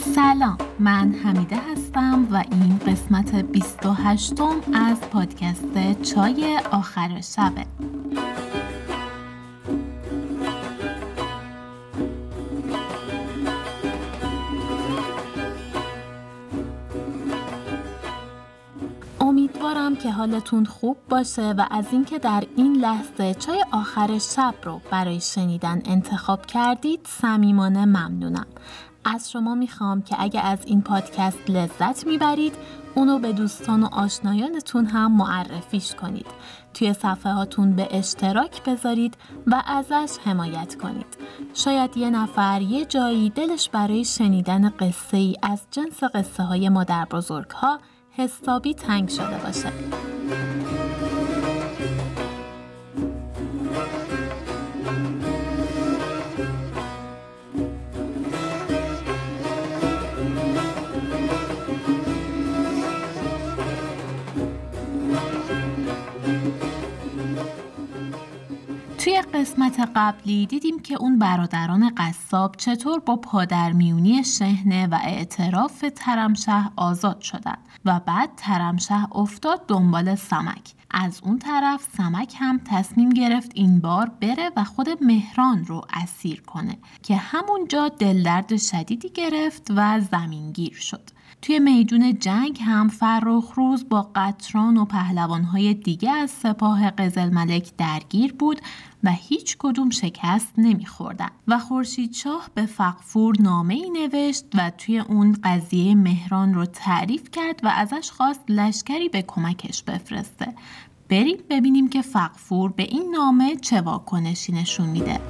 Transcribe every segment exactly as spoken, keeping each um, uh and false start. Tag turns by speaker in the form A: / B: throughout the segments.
A: سلام، من حمیده هستم و این قسمت بیست و هشتم از پادکست چای آخر شبه. امیدوارم که حالتون خوب باشه و از اینکه در این لحظه چای آخر شب رو برای شنیدن انتخاب کردید صمیمانه ممنونم. از شما میخوام که اگه از این پادکست لذت میبرید اونو به دوستان و آشنایانتون هم معرفیش کنید. توی صفحه هاتون به اشتراک بذارید و ازش حمایت کنید. شاید یه نفر یه جایی دلش برای شنیدن قصه ای از جنس قصه های مادر بزرگ ها حسابی تنگ شده باشه. توی قسمت قبلی دیدیم که اون برادران قصاب چطور با پادرمیونی شحنه و اعتراف ترمشه آزاد شدن و بعد ترمشه افتاد دنبال سمک. از اون طرف سمک هم تصمیم گرفت این بار بره و خود مهران رو اسیر کنه که همونجا دلدرد شدیدی گرفت و زمینگیر شد. توی میدون جنگ هم فرخروز با قطران و پهلوانهای دیگه از سپاه قزلملک درگیر بود و هیچ کدوم شکست نمیخوردن و خورشیدشاه به فغفور نامه‌ای نوشت و توی اون قضیه مهران رو تعریف کرد و ازش خواست لشکری به کمکش بفرسته. بریم ببینیم که فغفور به این نامه چه واکنشی نشون میده.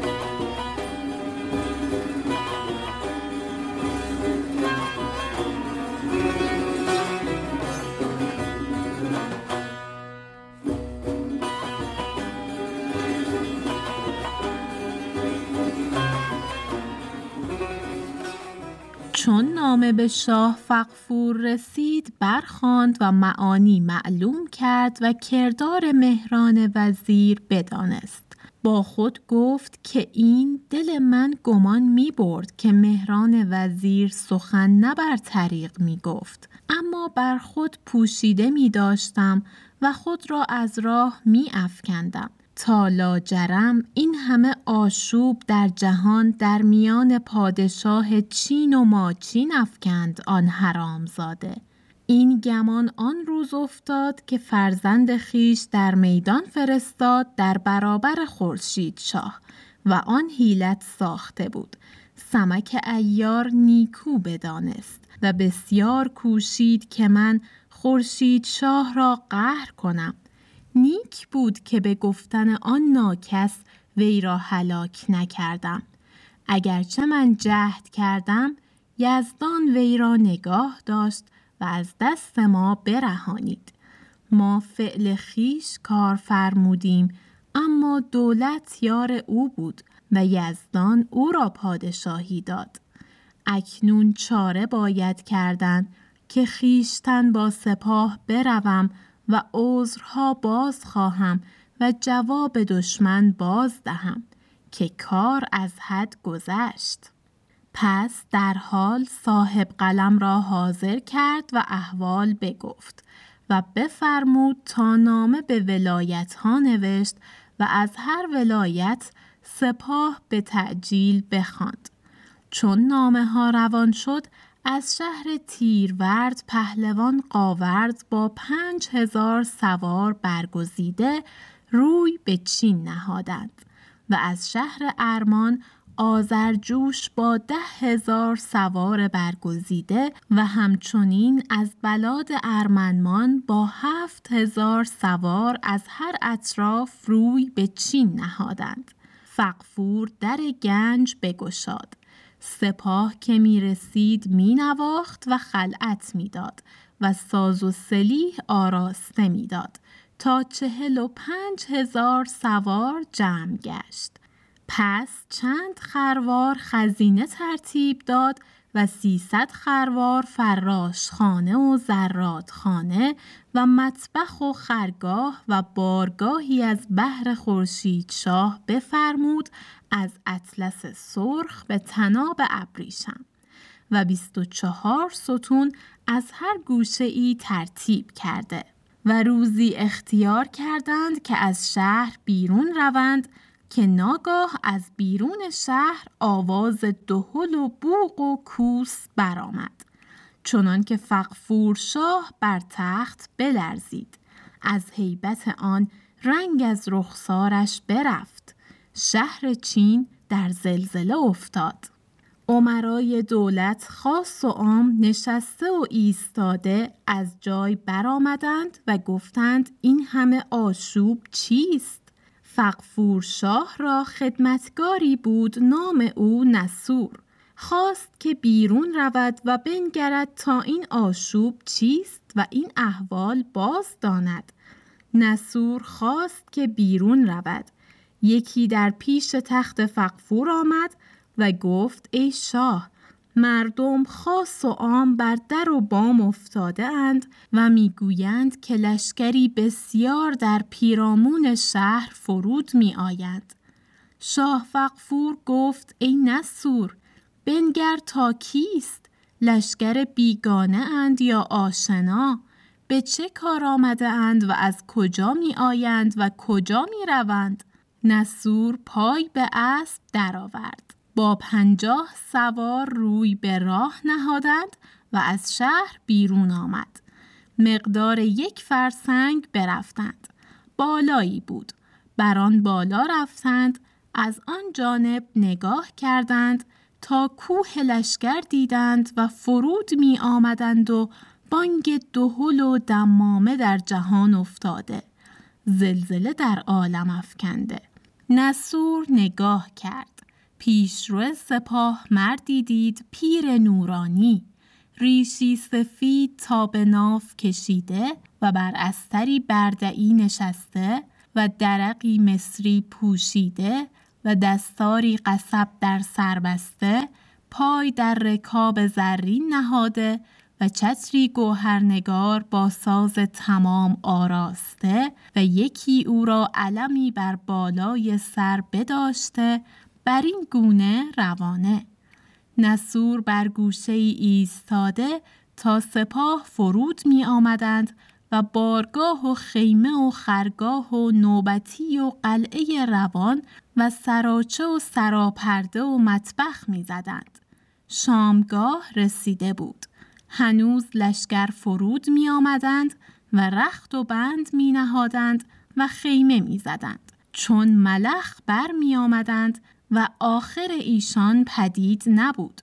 A: چون نامه به شاه فغفور رسید برخواند و معانی معلوم کرد و کردار مهران وزیر بدانست. با خود گفت که این دل من گمان می برد که مهران وزیر سخن نه بر طریق می گفت، اما بر خود پوشیده می داشتم و خود را از راه می افکندم تا لاجرم این همه آشوب در جهان در میان پادشاه چین و ماچین افکند آن حرامزاده. این گمان آن روز افتاد که فرزند خیش در میدان فرستاد در برابر خورشیدشاه و آن حیلت ساخته بود. سمک عیار نیکو بدانست و بسیار کوشید که من خورشیدشاه را قهر کنم. نیک بود که به گفتن آن ناکس وی را هلاک نکردم. اگرچه من جهد کردم یزدان وی را نگاه داشت و از دست ما برهانید. ما فعل خیش کار فرمودیم اما دولت یار او بود و یزدان او را پادشاهی داد. اکنون چاره باید کردن که خیشتن با سپاه بروم و عذرها باز خواهم و جواب دشمن باز دهم که کار از حد گذشت. پس در حال صاحب قلم را حاضر کرد و احوال بگفت و بفرمود تا نامه به ولایت ها نوشت و از هر ولایت سپاه به تعجیل بخواند. چون نامه ها روان شد از شهر تیرورد پهلوان قاورد با پنج هزار سوار برگزیده روی به چین نهادند و از شهر ارمان آذرجوش با ده هزار سوار برگزیده و همچنین از بلاد ارمنمان با هفت هزار سوار از هر اطراف روی به چین نهادند. فغفور در گنج بگشاد. سپاه که می رسید می نواخت و خلعت می داد و ساز و سلیح آراسته می داد تا چهل و پنج هزار سوار جمع گشت. پس چند خروار خزینه ترتیب داد و سیصد خروار فراش خانه و زراد خانه و مطبخ و خرگاه و بارگاهی از بهر خورشیدشاه بفرمود از اطلس سرخ به طناب ابریشم و بیست و چهار ستون از هر گوشه ای ترتیب کرده و روزی اختیار کردند که از شهر بیرون روند که ناگاه از بیرون شهر آواز دهل و بوق و کوس برآمد، چنان که فغفور شاه بر تخت بلرزید. از هیبت آن رنگ از رخسارش برفت. شهر چین در زلزله افتاد. امرای دولت خاص و عام نشسته و ایستاده از جای برآمدند و گفتند این همه آشوب چیست؟ فغفور شاه را خدمتگاری بود نام او نسور. خواست که بیرون رود و بنگرد تا این آشوب چیست و این احوال باز داند. نسور خواست که بیرون رود. یکی در پیش تخت فغفور آمد و گفت ای شاه، مردم خاص و عام بر در و بام افتاده اند و میگویند که لشکری بسیار در پیرامون شهر فرود می آیند. شاه فغفور گفت ای نسور، بنگر تا کیست؟ لشکر بیگانه اند یا آشنا؟ به چه کار آمده اند و از کجا می آیند و کجا می روند؟ نسور پای به اسب درآورد. با پنجاه سوار روی به راه نهادند و از شهر بیرون آمد. مقدار یک فرسنگ برفتند. بالایی بود. بر آن بالا رفتند. از آن جانب نگاه کردند تا کوه لشکر دیدند و فرود می آمدند و بانگ دهل و دمامه در جهان افتاده. زلزله در عالم افکنده. نسور نگاه کرد. پیشرو سپاه مردی دید پیر نورانی، ریشی سفید تا به ناف کشیده و بر استری بردعی نشسته و درقی مصری پوشیده و دستاری قصب در سر بسته، پای در رکاب زرین نهاده و چتری گوهرنگار با ساز تمام آراسته و یکی او را علمی بر بالای سر بداشته، بر این گونه روانه. نسور بر گوشه ای ایستاده تا سپاه فرود می آمدند و بارگاه و خیمه و خرگاه و نوبتی و قلعه روان و سراچه و سراپرده و مطبخ می زدند. شامگاه رسیده بود. هنوز لشکر فرود می آمدند و رخت و بند می نهادند و خیمه می زدند. چون ملخ بر می آمدند و آخر ایشان پدید نبود.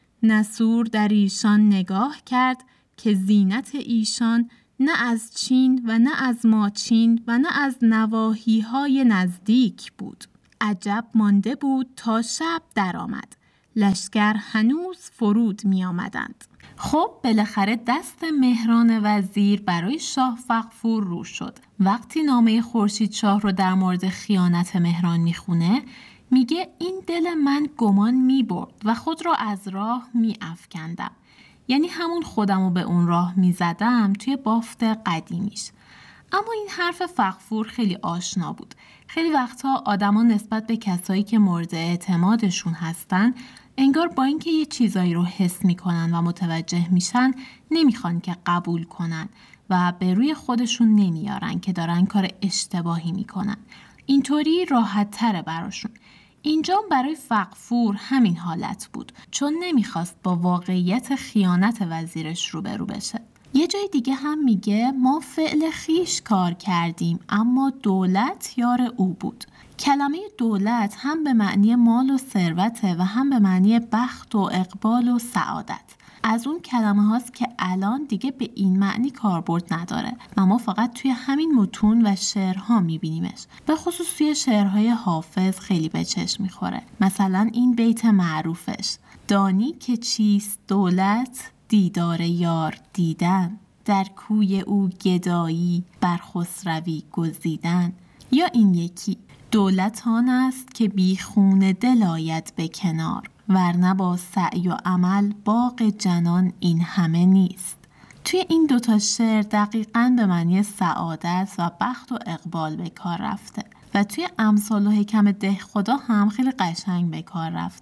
A: نسور در ایشان نگاه کرد که زینت ایشان نه از چین و نه از ماچین و نه از نواحی‌های نزدیک بود. عجب مانده بود تا شب درآمد. لشکر هنوز فرود می آمدند. خب بالاخره دست مهران وزیر برای شاه فغفور رو شد. وقتی نامه خورشید شاه رو در مورد خیانت مهران میخونه، میگه این دل من گمان میبرد و خود را از راه میافکندم. یعنی همون خودم رو به اون راه میزدم توی بافت قدیمیش. اما این حرف فغفور خیلی آشنا بود. خیلی وقتها آدما نسبت به کسایی که مورد اعتمادشون هستن انگار با اینکه یه چیزایی رو حس میکنن و متوجه میشن نمیخوان که قبول کنن و به روی خودشون نمیارن که دارن کار اشتباهی میکنن. اینطوری راحت تره براشون. اینجا برای فغفور همین حالت بود، چون نمیخواست با واقعیت خیانت وزیرش روبرو بشه. یه جای دیگه هم میگه ما فعل خیش کار کردیم اما دولت یار او بود. کلمه دولت هم به معنی مال و ثروته و هم به معنی بخت و اقبال و سعادت. از اون کلمه هاست که الان دیگه به این معنی کاربرد نداره و ما فقط توی همین متون و شعرها میبینیمش. به خصوص توی شعرهای حافظ خیلی به چشم میخوره. مثلا این بیت معروفش: دانی که چیست دولت، دیدار یار دیدن، در کوی او گدایی بر خسروی گزیدن. یا این یکی: دولت آن است که بی خون دل آید به کنار، ورنه با سعی و عمل باغ جنان این همه نیست. توی این دوتا شعر دقیقاً به معنی سعادت و بخت و اقبال به کار رفته و توی امثال و حکم ده خدا هم خیلی قشنگ به کار رفته.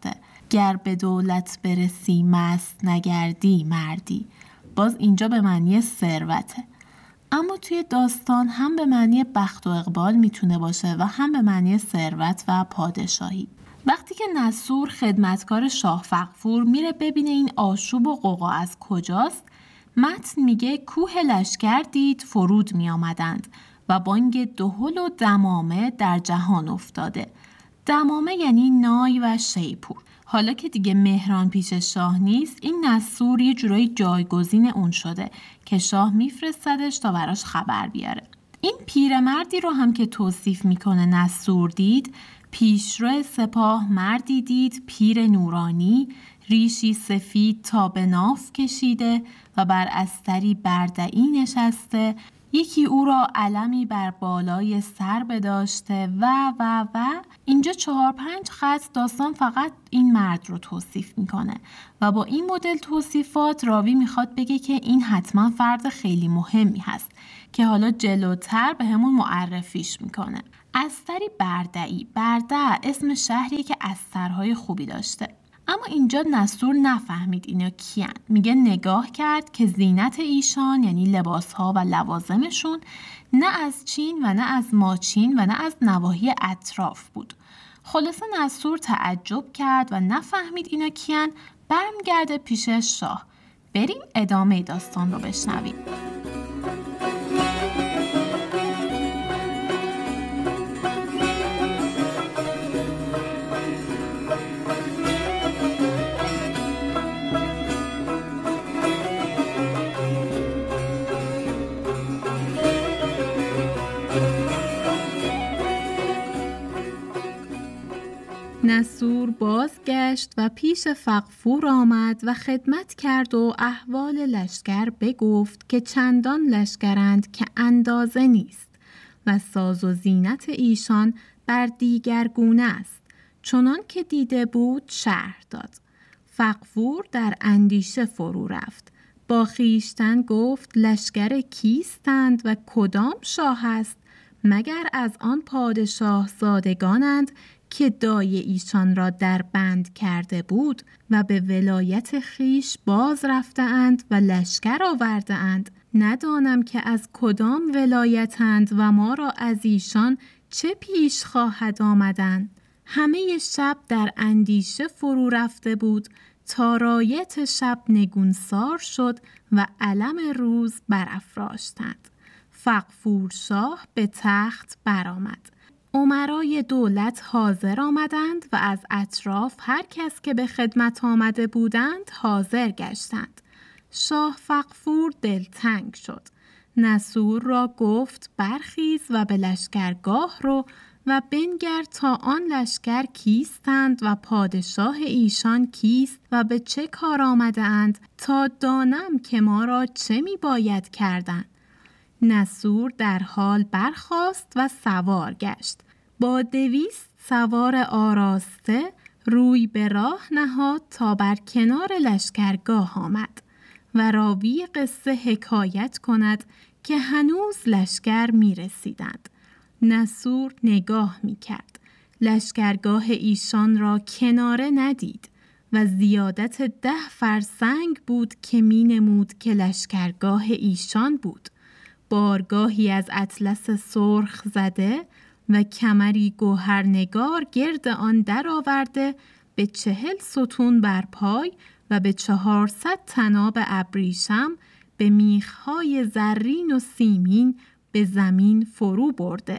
A: گر به دولت برسی مست نگردی مردی. باز اینجا به معنی ثروته، اما توی داستان هم به معنی بخت و اقبال میتونه باشه و هم به معنی ثروت و پادشاهی. وقتی که نسور خدمتکار شاه فغفور میره ببینه این آشوب و غوغا از کجاست، متن میگه کوه لشکر دید فرود می آمدند و بانگ دهل و دمامه در جهان افتاده. دمامه یعنی نای و شیپور. حالا که دیگه مهران پیش شاه نیست، این نسور یه جورایی جایگزین اون شده که شاه میفرستدش تا براش خبر بیاره. این پیرمردی رو هم که توصیف میکنه نسور دید، پیشرو سپاه مردی دید پیر نورانی، ریشی سفید تا به ناف کشیده و بر استری بردعی نشسته، یکی او را علمی بر بالای سر بداشته و و و اینجا چهار پنج خط داستان فقط این مرد رو توصیف میکنه و با این مدل توصیفات راوی میخواد بگه که این حتما فرد خیلی مهمی هست که حالا جلوتر به همون معرفیش میکنه. استری بردعی، بردع اسم شهریه که استرهای خوبی داشته. اما اینجا نسور نفهمید اینا کیان. میگه نگاه کرد که زینت ایشان یعنی لباسها و لوازمشون نه از چین و نه از ماچین و نه از نواحی اطراف بود. خلاصه نسور تعجب کرد و نفهمید اینا کیان، برمیگرده پیش شاه. بریم ادامه داستان رو بشنویم. نسور بازگشت و پیش فغفور آمد و خدمت کرد و احوال لشکر بگفت که چندان لشکرند که اندازه نیست و ساز و زینت ایشان بر دیگر گونه است، چنان که دیده بود شرح داد. فغفور در اندیشه فرو رفت، با خویشتن گفت لشکر کیستند و کدام شاه است؟ مگر از آن پادشاه زادگانند که دای ایشان را در بند کرده بود و به ولایت خیش باز رفته اند و لشکر آورده اند. ندانم که از کدام ولایتند و ما را از ایشان چه پیش خواهد آمدن. همه شب در اندیشه فرو رفته بود تا رایت شب نگونسار شد و علم روز برافراشتند. فغفور شاه به تخت برآمد. امرای دولت حاضر آمدند و از اطراف هر کس که به خدمت آمده بودند حاضر گشتند. شاه فغفور دلتنگ شد. نسور را گفت برخیز و به لشکرگاه رو و بنگر تا آن لشکر کیستند و پادشاه ایشان کیست و به چه کار آمده اند تا دانم که ما را چه می باید کردن. نسور در حال برخاست و سوار گشت. با دویست سوار آراسته روی به راه نهاد تا بر کنار لشکرگاه آمد و راوی قصه حکایت کند که هنوز لشکر می رسیدند. نسور نگاه می کرد. لشکرگاه ایشان را کناره ندید و زیادت ده فرسنگ بود که می نمود که لشکرگاه ایشان بود. بارگاهی از اطلس سرخ زده و کمری گوهرنگار گرد آن در آورده، به چهل ستون بر پای و به چهارصد طناب ابریشم به میخهای زرین و سیمین به زمین فرو برده.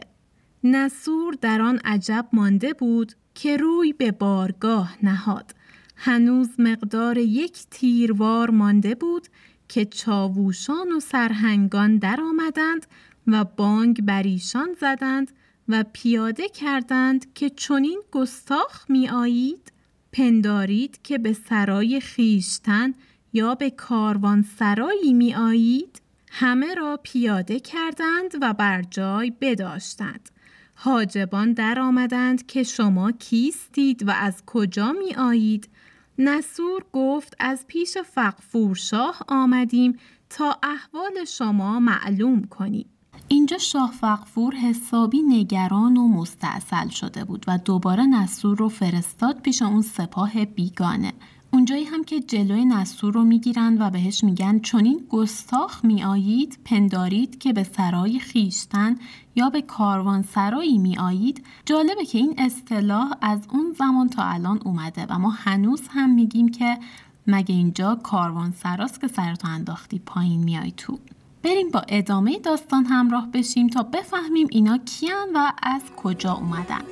A: نسور در آن عجب مانده بود که روی به بارگاه نهاد. هنوز مقدار یک تیروار مانده بود که چاووشان و سرهنگان در آمدند و بانگ بر ایشان زدند و پیاده کردند که چنین گستاخ می آیید. پندارید که به سرای خیشتن یا به کاروان سرایی می آیید. همه را پیاده کردند و بر جای بداشتند. حاجبان در آمدند که شما کیستید و از کجا می آیید؟ نسور گفت از پیش فغفور شاه آمدیم تا احوال شما معلوم کنیم. اینجا شاه فغفور حسابی نگران و مستعسل شده بود و دوباره نسور رو فرستاد پیش اون سپاه بیگانه. اونجایی هم که جلوی نسور رو میگیرن و بهش میگن چون این گستاخ میآیید پندارید که به سرای خیشتن یا به کاروان سرایی میآیید. جالبه که این اصطلاح از اون زمان تا الان اومده و ما هنوز هم میگیم که مگه اینجا کاروان سراست که سرتو انداختی پایین میای تو. بریم با ادامه داستان همراه بشیم تا بفهمیم اینا کیان و از کجا اومدن.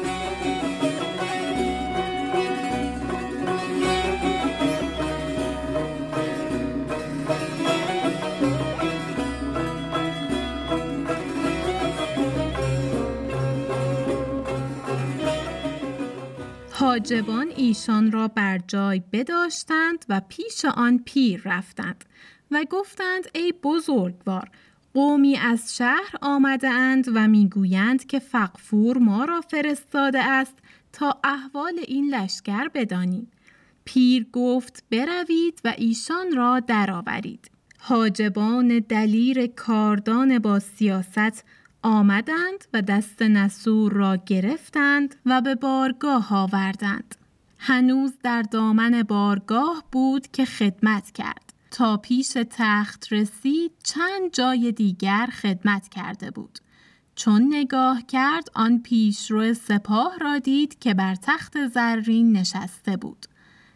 A: حاجبان ایشان را بر جای بداشتند و پیش آن پیر رفتند و گفتند ای بزرگوار، قومی از شهر آمده اند و میگویند که فغفور ما را فرستاده است تا احوال این لشکر بدانیم. پیر گفت بروید و ایشان را درآورید. حاجبان دلیر کاردان با سیاست آمدند و دست نسور را گرفتند و به بارگاه آوردند. هنوز در دامن بارگاه بود که خدمت کرد. تا پیش تخت رسید چند جای دیگر خدمت کرده بود. چون نگاه کرد آن پیشرو سپاه را دید که بر تخت زرین نشسته بود.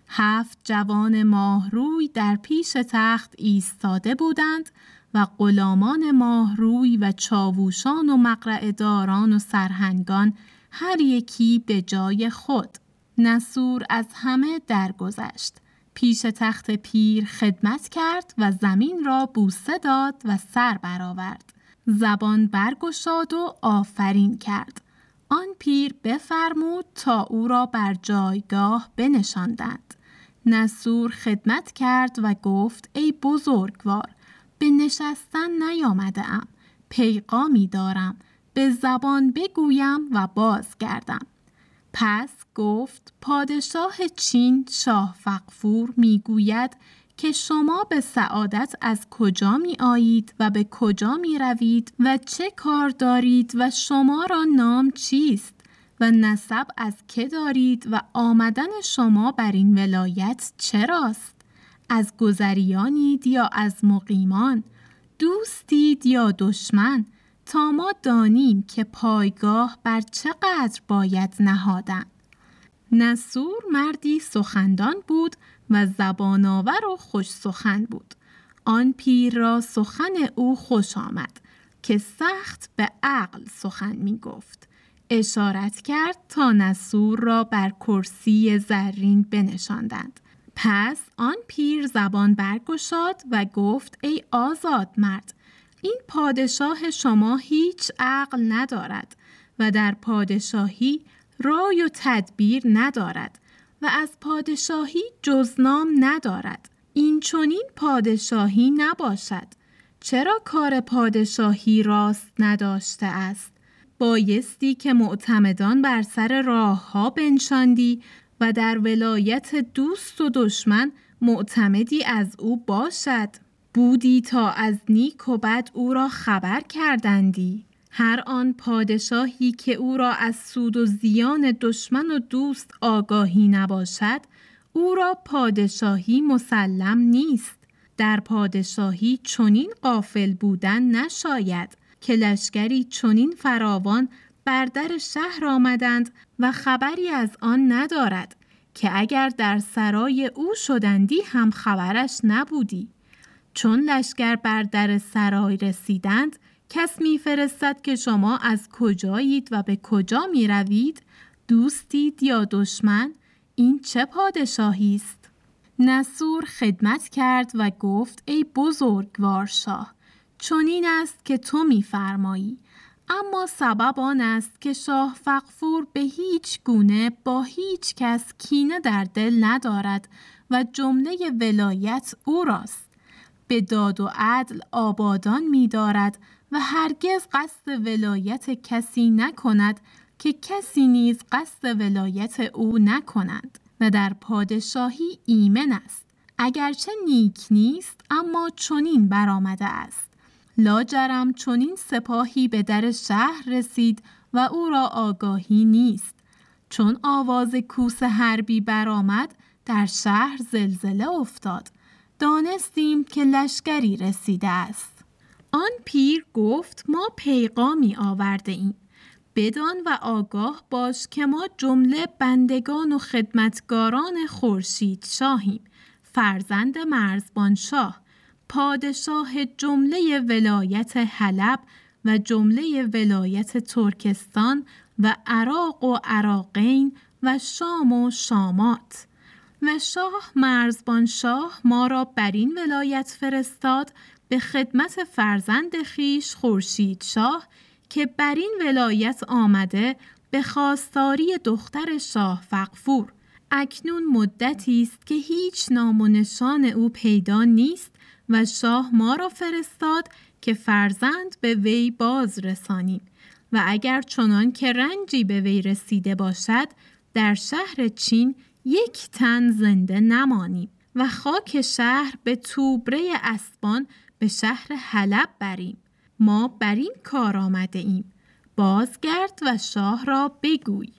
A: هفت جوان ماهروی در پیش تخت ایستاده بودند و غلامان ماهروی و چاووشان و مقرعه داران و سرهنگان هر یکی به جای خود. نسور از همه درگذشت. پیش تخت پیر خدمت کرد و زمین را بوسه داد و سر برآورد. زبان برگشاد و آفرین کرد. آن پیر بفرمود تا او را بر جایگاه بنشاندند. نسور خدمت کرد و گفت ای بزرگوار، به نشستن نیامده ام. پیغامی دارم. به زبان بگویم و بازگردم. پس گفت پادشاه چین شاه فغفور میگوید که شما به سعادت از کجا می آیید و به کجا می روید و چه کار دارید و شما را نام چیست و نسب از که دارید و آمدن شما بر این ولایت چراست؟ از گذریانید یا از مقیمان؟ دوستید یا دشمن؟ تا ما دانیم که پایگاه بر چقدر باید نهادن. نسور مردی سخندان بود و زبان آور و خوش سخن بود. آن پیر را سخن او خوش آمد که سخت به عقل سخن می گفت. اشارت کرد تا نسور را بر کرسی زرین بنشاندند. پس آن پیر زبان برگشاد و گفت ای آزاد مرد، این پادشاه شما هیچ عقل ندارد و در پادشاهی رای و تدبیر ندارد و از پادشاهی جز نام ندارد. این چنین پادشاهی نباشد. چرا کار پادشاهی راست نداشته است؟ بایستی که معتمدان بر سر راه ها بنشاندی و در ولایت دوست و دشمن معتمدی از او باشد. بودی تا از نیک و بد او را خبر کردندی. هر آن پادشاهی که او را از سود و زیان دشمن و دوست آگاهی نباشد، او را پادشاهی مسلم نیست. در پادشاهی چنین غافل بودن نشاید که لشکری چنین فراوان بر در شهر آمدند و خبری از آن ندارد که اگر در سرای او شدندی هم خبرش نبودی. چون لشکر بر در سرای رسیدند، کس می فرستد که شما از کجایید و به کجا می روید؟ دوستید یا دشمن؟ این چه پادشاهی است؟ نسور خدمت کرد و گفت ای بزرگوار شاه، چنین است که تو می فرمایی. اما سبب آن است که شاه فغفور به هیچ گونه با هیچ کس کینه در دل ندارد و جمله ولایت او راست. به داد و عدل آبادان می دارد و هرگز قصد ولایت کسی نکند که کسی نیز قصد ولایت او نکنند و در پادشاهی ایمن است. اگرچه نیک نیست اما چنین برآمده است. لاجرم چنین سپاهی به در شهر رسید و او را آگاهی نیست. چون آواز کوس حربی برآمد در شهر زلزله افتاد. دانستیم که لشکری رسیده است. آن پیر گفت ما پیغامی آورده ایم. بدان و آگاه باش که ما جمله بندگان و خدمتگاران خورشید شاهیم، فرزند مرزبان شاه، پادشاه جمله ولایت حلب و جمله ولایت ترکستان و عراق و عراقین و شام و شامات. و شاه مرزبان شاه ما را بر این ولایت فرستاد به خدمت فرزند خیش خورشید شاه که بر این ولایت آمده به خواستاری دختر شاه فغفور. اکنون مدتی است که هیچ نام و نشان او پیدا نیست و شاه ما را فرستاد که فرزند به وی باز رسانیم و اگر چنان که رنجی به وی رسیده باشد در شهر چین یک تن زنده نمانیم و خاک شهر به توبره اسبان به شهر حلب بریم. ما بر این کار آمده ایم. بازگرد و شاه را بگوی.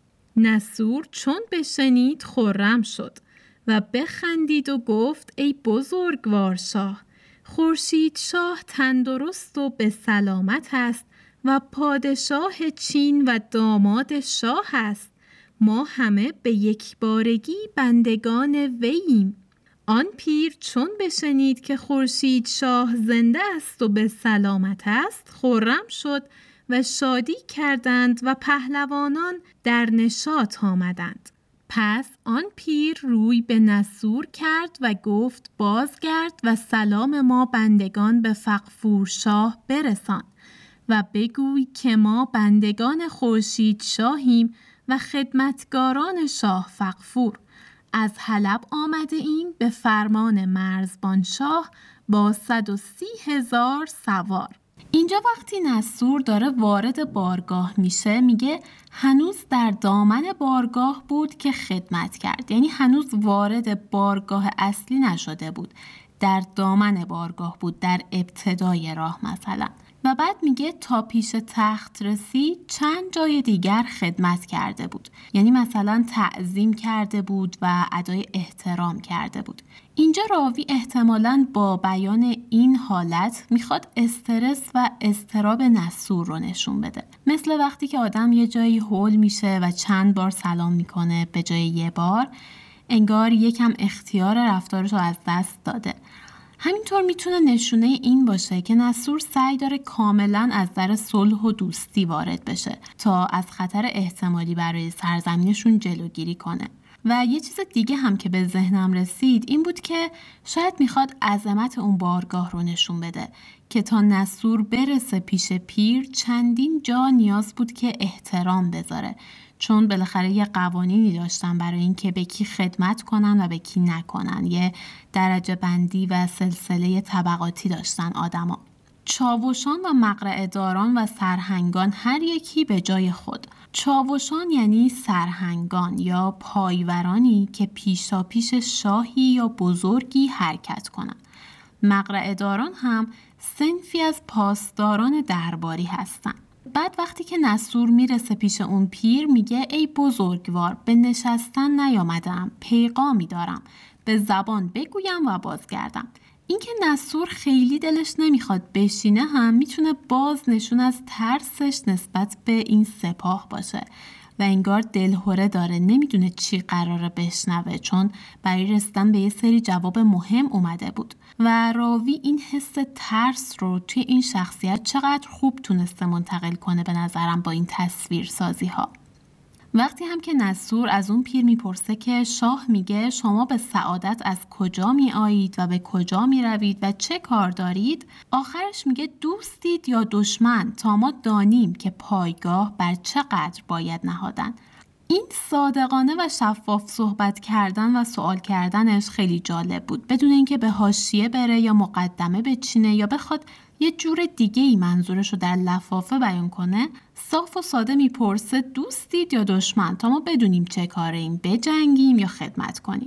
A: نصور چون بشنید خرم شد و بخندید و گفت ای بزرگوار شاه، خورشید شاه تندرست و به سلامت است و پادشاه چین و داماد شاه است. ما همه به یک بارگی بندگان وییم. آن پیر چون بشنید که خورشید شاه زنده است و به سلامت است خرم شد و شادی کردند و پهلوانان در نشاط آمدند. پس آن پیر روی به نصور کرد و گفت بازگرد و سلام ما بندگان به فغفور شاه برسان و بگوی که ما بندگان خورشید شاهیم و خدمتگاران شاه فغفور. از حلب آمده ایم به فرمان مرزبان شاه با صد و سی هزار سوار. اینجا وقتی نصور داره وارد بارگاه میشه میگه هنوز در دامن بارگاه بود که خدمت کرد، یعنی هنوز وارد بارگاه اصلی نشده بود، در دامن بارگاه بود، در ابتدای راه مثلا. و بعد میگه تا پیش تخت رسید چند جای دیگر خدمت کرده بود، یعنی مثلا تعظیم کرده بود و ادای احترام کرده بود. اینجا راوی احتمالاً با بیان این حالت میخواد استرس و اضطراب نصور رو نشون بده، مثل وقتی که آدم یه جایی هول میشه و چند بار سلام میکنه به جای یه بار، انگار یکم اختیار رفتارش رو از دست داده. همینطور میتونه نشونه این باشه که نصور سعی داره کاملا از در صلح و دوستی وارد بشه تا از خطر احتمالی برای سرزمینشون جلوگیری کنه. و یه چیز دیگه هم که به ذهنم رسید این بود که شاید میخواد عظمت اون بارگاه رو نشون بده که تا نصور برسه پیش پیر چندین جا نیاز بود که احترام بذاره، چون بالاخره یه قوانینی داشتن برای این که به کی خدمت کنن و به کی نکنن، یه درجه بندی و سلسله طبقاتی داشتن آدما. چاوشان و مقرعه داران و سرهنگان هر یکی به جای خود. چاوشان یعنی سرهنگان یا پایورانی که پیشا پیش شاهی یا بزرگی حرکت کنن. مقرعه داران هم صنفی از پاسداران درباری هستن. بعد وقتی که نصور میرسه پیش اون پیر میگه ای بزرگوار، به نشستن نیامدم، پیغامی دارم، به زبان بگویم و بازگردم. این که نصور خیلی دلش نمیخواد بشینه هم میتونه باز نشون از ترسش نسبت به این سپاه باشه و انگار دلهره داره، نمیدونه چی قراره بشنوه، چون برای رسیدن به یه سری جواب مهم اومده بود. و راوی این حس ترس رو توی این شخصیت چقدر خوب تونسته منتقل کنه به نظرم با این تصویر سازی ها. وقتی هم که نصور از اون پیر میپرسه که شاه میگه شما به سعادت از کجا می آیید و به کجا می روید و چه کار دارید، آخرش میگه دوستید یا دشمن تا ما دانیم که پایگاه بر چقدر باید نهادن. این صادقانه و شفاف صحبت کردن و سوال کردنش خیلی جالب بود، بدون اینکه به حاشیه بره یا مقدمه بچینه یا بخواد یه جور دیگه ای منظورش رو در لفافه بیان کنه. صاف و ساده میپرسه دوستید یا دشمن تا ما بدونیم چه کاریم، بجنگیم یا خدمت کنیم.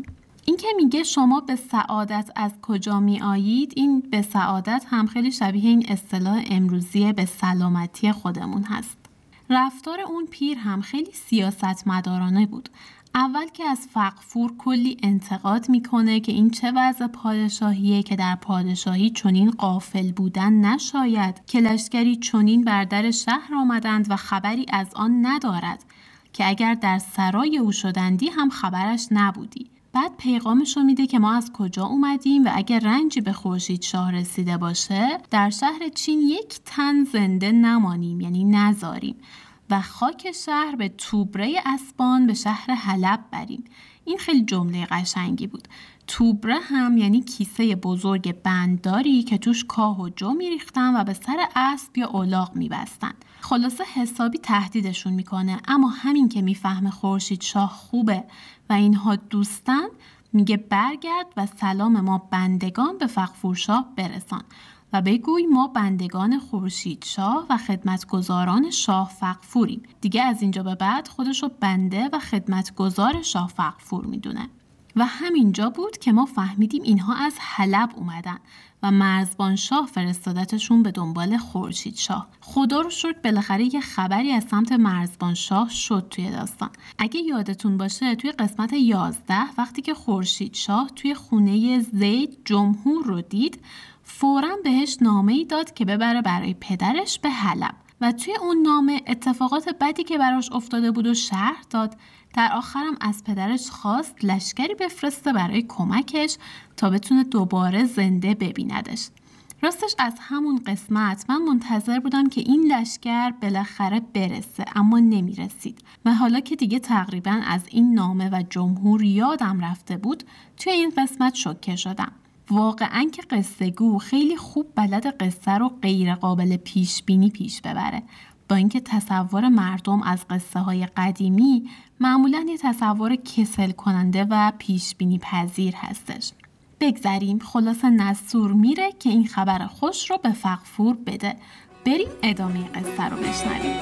A: این که میگه شما به سعادت از کجا می آیید، این به سعادت هم خیلی شبیه این اصطلاح امروزی به سلامتی خودمون هست. رفتار اون پیر هم خیلی سیاستمدارانه بود. اول که از فغفور کلی انتقاد میکنه که این چه وضع پادشاهیه که در پادشاهی چنین غافل بودن نشاید، که لشکری چنین بر در شهر آمدند و خبری از آن ندارد، که اگر در سرای او شدندی هم خبرش نبودی. بعد پیغامش رو میده که ما از کجا اومدیم و اگر رنجی به خورشید شاه رسیده باشه در شهر چین یک تن زنده نمانیم، یعنی نذاریم و خاک شهر به توبره اسبان به شهر حلب بریم. این خیلی جمله قشنگی بود. توبره هم یعنی کیسه بزرگ بندداری که توش کاه و جو میریختن و به سر اسب یا الاغ میبستن. خلاصه حسابی تهدیدشون میکنه، اما همین که میفهمه خورشید شاه خوبه و اینها دوستن، میگه برگرد و سلام ما بندگان به فغفور شاه برسان و بگوی ما بندگان خورشید شاه و خدمتگزاران شاه فغفوریم. دیگه از اینجا به بعد خودشو بنده و خدمتگزار شاه فغفور میدونه. و همینجا بود که ما فهمیدیم اینها از حلب اومدن و مرزبان شاه فرستادتشون به دنبال خورشید شاه. خدا رو شکر بالاخره یه خبری از سمت مرزبان شاه شد توی داستان. اگه یادتون باشه توی قسمت یازده وقتی که خورشید شاه توی خونه زید جمهور رو دید، فوراً بهش نامه‌ای داد که ببره برای پدرش به حلب و توی اون نامه اتفاقات بدی که براش افتاده بود و شرح داد. در آخرم از پدرش خواست لشکری بفرسته برای کمکش تا بتونه دوباره زنده ببیندش. راستش از همون قسمت من منتظر بودم که این لشکر بالاخره برسه، اما نمیرسید و حالا که دیگه تقریبا از این نامه و جمهور یادم رفته بود توی این قسمت شوکه شدم. واقعاً که قصه گو خیلی خوب بلد قصه رو غیر قابل پیش بینی پیش ببره، با اینکه تصور مردم از قصه های قدیمی معمولاً یه تصور کسل کننده و پیش بینی پذیر هستش. بگذریم. خلاصه نصور میره که این خبر خوش رو به فغفور بده. بریم ادامه قصه رو بشنویم.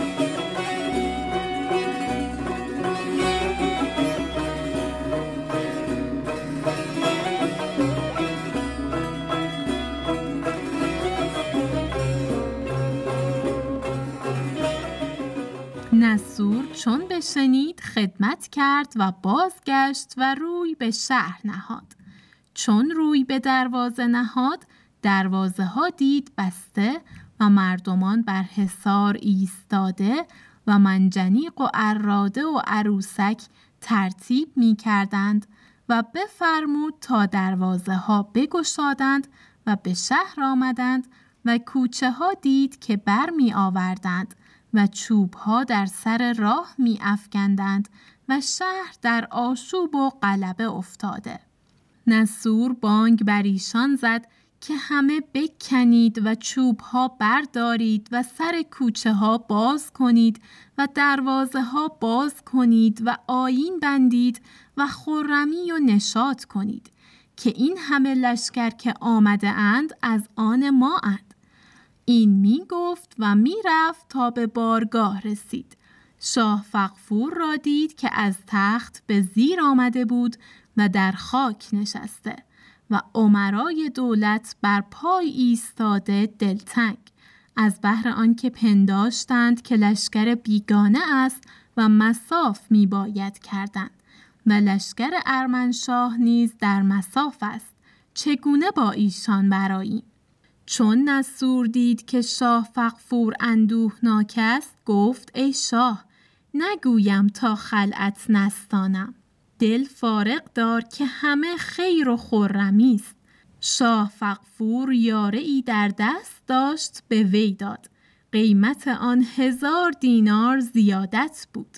A: نصور چون بشنید خدمت کرد و بازگشت و روی به شهر نهاد. چون روی به دروازه نهاد، دروازه ها دید بسته و مردمان بر حصار ایستاده و منجنیق و عراده و عروسک ترتیب می کردند و بفرمود تا دروازه ها بگشادند و به شهر آمدند و کوچه ها دید که بر می آوردند و چوب ها در سر راه می افکندند و شهر در آشوب و غلبه افتاده. نصور بانگ بر ایشان زد که همه بکنید و چوب ها بردارید و سر کوچه ها باز کنید و دروازه ها باز کنید و آیین بندید و خرمی و نشاط کنید که این همه لشکر که آمده اند از آن ما اند. این می گفت و می رفت تا به بارگاه رسید. شاه فغفور را دید که از تخت به زیر آمده بود و در خاک نشسته و امرای دولت بر پای ایستاده دلتنگ، از بهر آنکه پنداشتند که لشکر بیگانه است و مصاف می باید کردند و لشکر ارمنشاه نیز در مصاف است. چگونه با ایشان برآییم؟ چون نصور دید که شاه فغفور اندوهناک است، گفت ای شاه، نگویم تا خلعت نستانم. دل فارغ دار که همه خیر و خرمی است. شاه فغفور یاره ای در دست داشت، به وی داد. قیمت آن هزار دینار زیادت بود.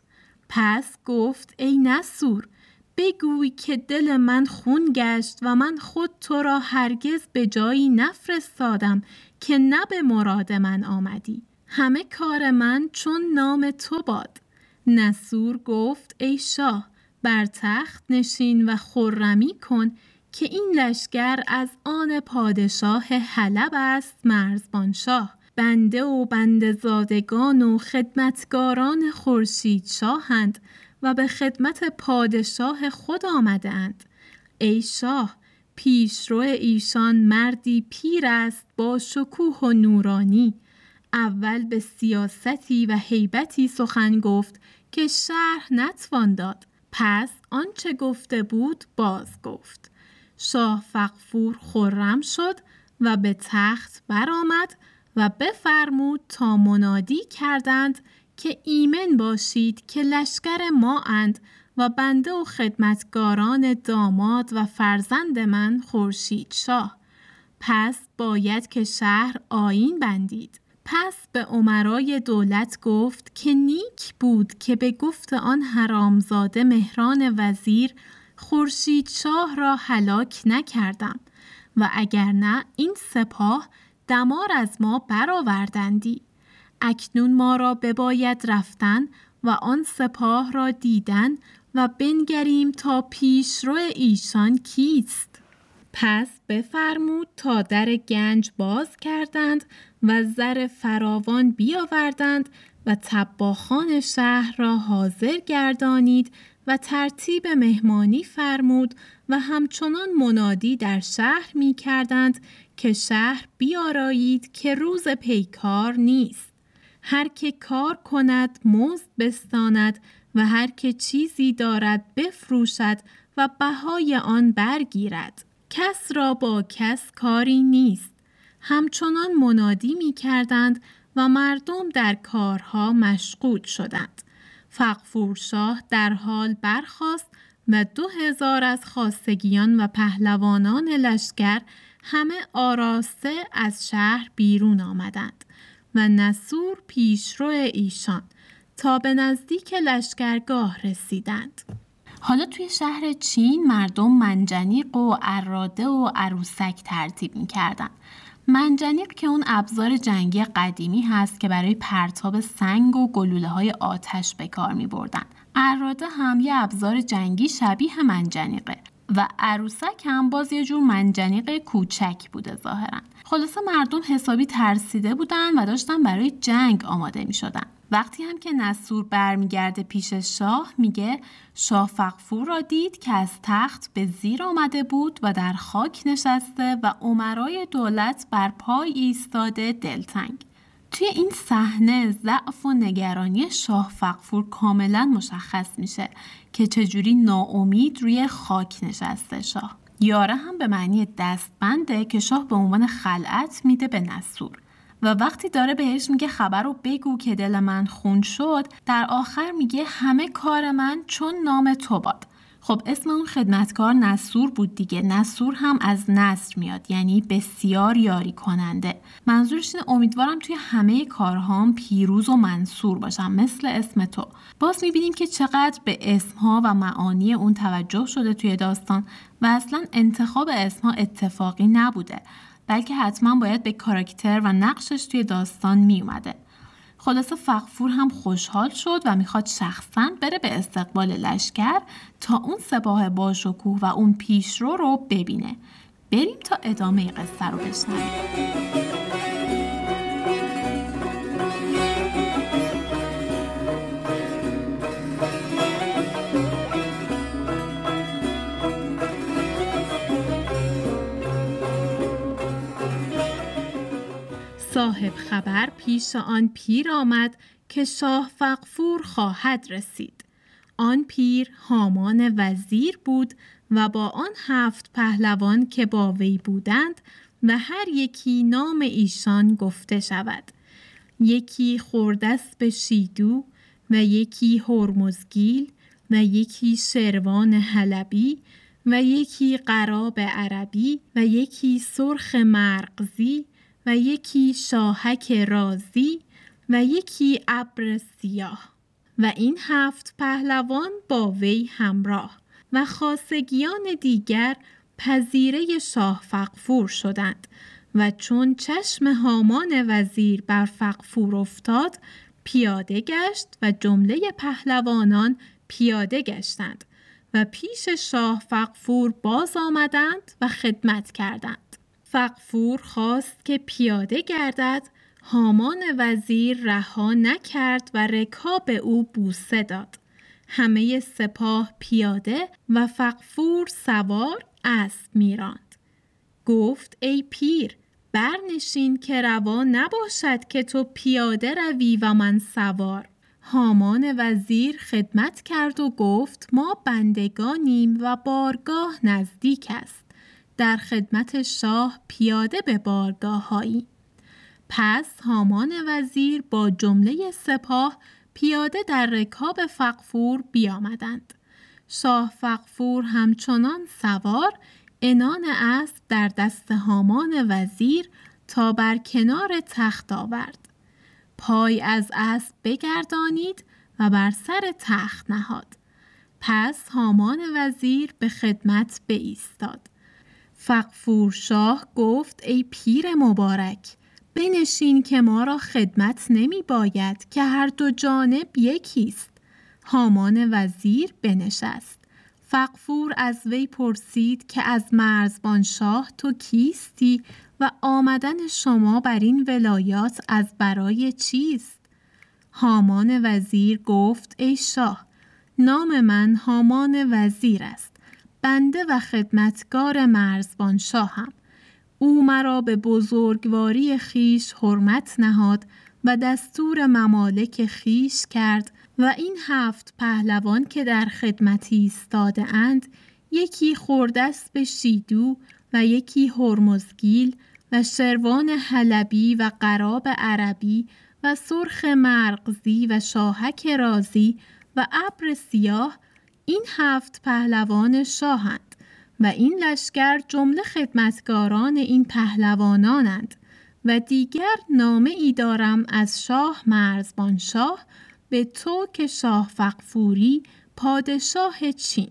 A: پس گفت ای نصور، بگوی که دل من خون گشت و من خود تو را هرگز به جایی نفرستادم که نه به مراد من آمدی. همه کار من چون نام تو باد. نصور گفت ای شاه، بر تخت نشین و خرمی کن که این لشکر از آن پادشاه حلب است مرزبان شاه. بنده و بنده زادگان و خدمتگاران خورشید شاهند و به خدمت پادشاه خود آمده اند. ای شاه، پیشرو ایشان مردی پیر است با شکوه و نورانی. اول به سیاستی و هیبتی سخن گفت که شرح نتوان داد. پس آنچه گفته بود باز گفت. شاه فغفور خرم شد و به تخت برآمد و بفرمود تا منادی کردند که ایمن باشید که لشکر ما اند و بنده و خدمتگاران داماد و فرزند من خورشید شاه. پس باید که شهر آیین بندید. پس به امرای دولت گفت که نیک بود که به گفت آن حرامزاده مهران وزیر خورشید شاه را هلاک نکردم و اگر نه این سپاه دمار از ما برآوردندی. اکنون ما را بباید رفتن و آن سپاه را دیدن و بنگریم تا پیشرو ایشان کیست. پس بفرمود تا در گنج باز کردند و زر فراوان بیاوردند و طباخان شهر را حاضر گردانید و ترتیب مهمانی فرمود و همچنان منادی در شهر می کردند که شهر بیارایید که روز پیکار نیست. هر که کار کند مزد بستاند و هر که چیزی دارد بفروشد و بهای آن برگیرد. کس را با کس کاری نیست. همچنان منادی می کردند و مردم در کارها مشغول شدند. فغفور شاه در حال برخاست و دو هزار از خواستگیان و پهلوانان لشکر همه آراسته از شهر بیرون آمدند و نصور پیشرو ایشان تا به نزدیک لشکرگاه رسیدند. حالا توی شهر چین مردم منجنیق و اراده و عروسک ترتیب می‌کردند. منجنیق که اون ابزار جنگی قدیمی هست که برای پرتاب سنگ و گلوله‌های آتش به کار می‌بردن. اراده هم یه ابزار جنگی شبیه منجنیقه و عروسک هم باز یه جور منجنیق کوچک بوده ظاهراً. خلاصه مردم حسابی ترسیده بودن و داشتن برای جنگ آماده می‌شدن. وقتی هم که نصور برمیگرده پیش شاه میگه شاه فغفور را دید که از تخت به زیر آمده بود و در خاک نشسته و امرای دولت بر پای ایستاده دلتنگ. توی این صحنه ضعف و نگرانی شاه فغفور کاملا مشخص میشه که چجوری ناامید روی خاک نشسته شاه. یاره هم به معنی دستبنده که شاه به عنوان خلعت میده به نصور. و وقتی داره بهش میگه خبر رو بگو که دل من خون شد، در آخر میگه همه کار من چون نام تو باد. خب اسم اون خدمتکار نصور بود دیگه. نصور هم از نصر میاد، یعنی بسیار یاری کننده. منظورش اینه امیدوارم توی همه کارهام پیروز و منصور باشم مثل اسم تو. باز میبینیم که چقدر به اسمها و معانی اون توجه شده توی داستان و اصلا انتخاب اسمها اتفاقی نبوده، بلکه حتما باید به کاراکتر و نقشش توی داستان می اومده. خلاصه فغفور هم خوشحال شد و میخواد شخصاً بره به استقبال لشکر تا اون سپاه باشکوه و اون پیشرو رو ببینه. بریم تا ادامه قصه رو بشنویم. صاحب خبر پیش آن پیر آمد که شاه فغفور خواهد رسید. آن پیر هامان وزیر بود و با آن هفت پهلوان که با وی بودند و هر یکی نام ایشان گفته شود. یکی خردست شیدو و یکی هرمزگیل و یکی شروان حلبی و یکی قراب عربی و یکی سرخ مرغزی و یکی شاهک رازی و یکی ابر سیاه و این هفت پهلوان با وی همراه و خاصگیان دیگر پذیره شاه فغفور شدند و چون چشم هامان وزیر بر فغفور افتاد پیاده گشت و جمله پهلوانان پیاده گشتند و پیش شاه فغفور باز آمدند و خدمت کردند. فغفور خواست که پیاده گردد، هامان وزیر رها نکرد و رکاب او بوسه داد. همه سپاه پیاده و فغفور سوار اسب می‌راند. گفت ای پیر، برنشین که روا نباشد که تو پیاده روی و من سوار. هامان وزیر خدمت کرد و گفت ما بندگانیم و بارگاه نزدیک است. در خدمت شاه پیاده به بارگاه هایی. پس هامان وزیر با جمله سپاه پیاده در رکاب فغفور بیامدند. شاه فغفور همچنان سوار عنان اسب در دست هامان وزیر تا بر کنار تخت آورد. پای از اسب بگردانید و بر سر تخت نهاد. پس هامان وزیر به خدمت بایستاد. فغفور شاه گفت ای پیر مبارک، بنشین که ما را خدمت نمی باید که هر دو جانب یکیست. هامان وزیر بنشست. فغفور از وی پرسید که از مرزبان شاه تو کیستی و آمدن شما بر این ولایات از برای چیست؟ هامان وزیر گفت ای شاه، نام من هامان وزیر است. بنده و خدمتگار مرزبان شاهم. او مرا به بزرگواری خیش حرمت نهاد و دستور ممالک خیش کرد و این هفت پهلوان که در خدمتی ایستاده اند، یکی خردست به شیدو و یکی هرمزگیل و شروان حلبی و قراب عربی و سرخ مرغزی و شاهک رازی و ابر سیاه، این هفت پهلوان شاهند و این لشکر جمله خدمتگاران این پهلوانانند و دیگر نامه ای دارم از شاه مرزبان شاه به تو که شاه فغفوری پادشاه چین.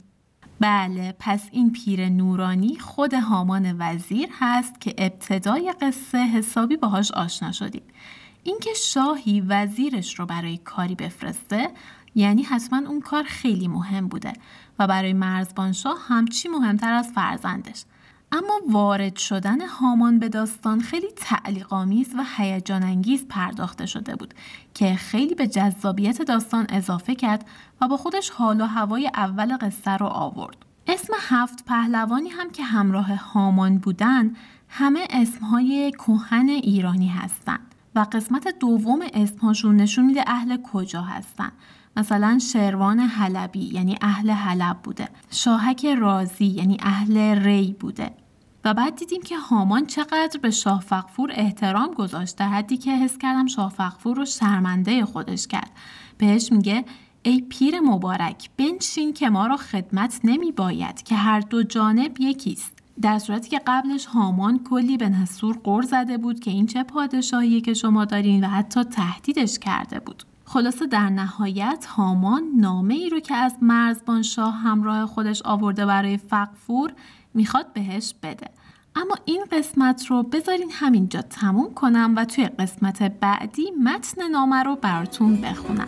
A: بله، پس این پیر نورانی خود هامان وزیر هست که ابتدای قصه حسابی باهاش آشنا شدیم. اینکه شاهی وزیرش رو برای کاری بفرسته یعنی حتما اون کار خیلی مهم بوده و برای مرزبان شاه همچی مهمتر از فرزندش. اما وارد شدن هامان به داستان خیلی تعلیق‌آمیز و هیجان انگیز پرداخته شده بود که خیلی به جذابیت داستان اضافه کرد و با خودش حال و هوای اول قصه رو آورد. اسم هفت پهلوانی هم که همراه هامان بودن همه اسمهای کهن ایرانی هستن و قسمت دوم اسمهاشون نشون میده اهل کجا هستن. مثلا شروان حلبی یعنی اهل حلب بوده، شاهک رازی یعنی اهل ری بوده. و بعد دیدیم که هامان چقدر به شاه فغفور احترام گذاشت، در حدی که حس کردم شاه فغفور رو شرمنده خودش کرد. بهش میگه ای پیر مبارک، بنشین که ما را خدمت نمی باید که هر دو جانب یکیست. در صورتی که قبلش هامان کلی به نسور غر زده بود که این چه پادشاهیه که شما دارین و حتی تهدیدش کرده بود. خلاصه در نهایت هامان نامه ای رو که از مرزبان شاه همراه خودش آورده برای فغفور میخواد بهش بده. اما این قسمت رو بذارین همینجا تموم کنم و توی قسمت بعدی متن نامه رو براتون بخونم.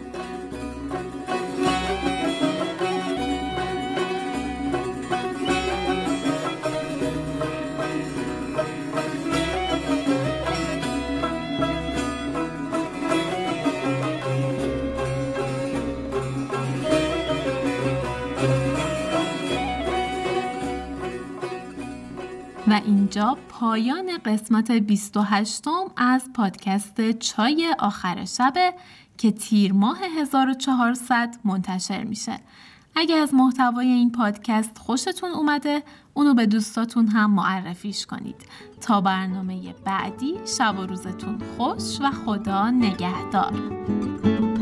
A: و اینجا پایان قسمت بیست و هشتم از پادکست چای آخر شبه که تیر ماه هزار و چهارصد منتشر میشه. اگه از محتوای این پادکست خوشتون اومده، اونو به دوستاتون هم معرفیش کنید. تا برنامه بعدی، شب و روزتون خوش و خدا نگهدار.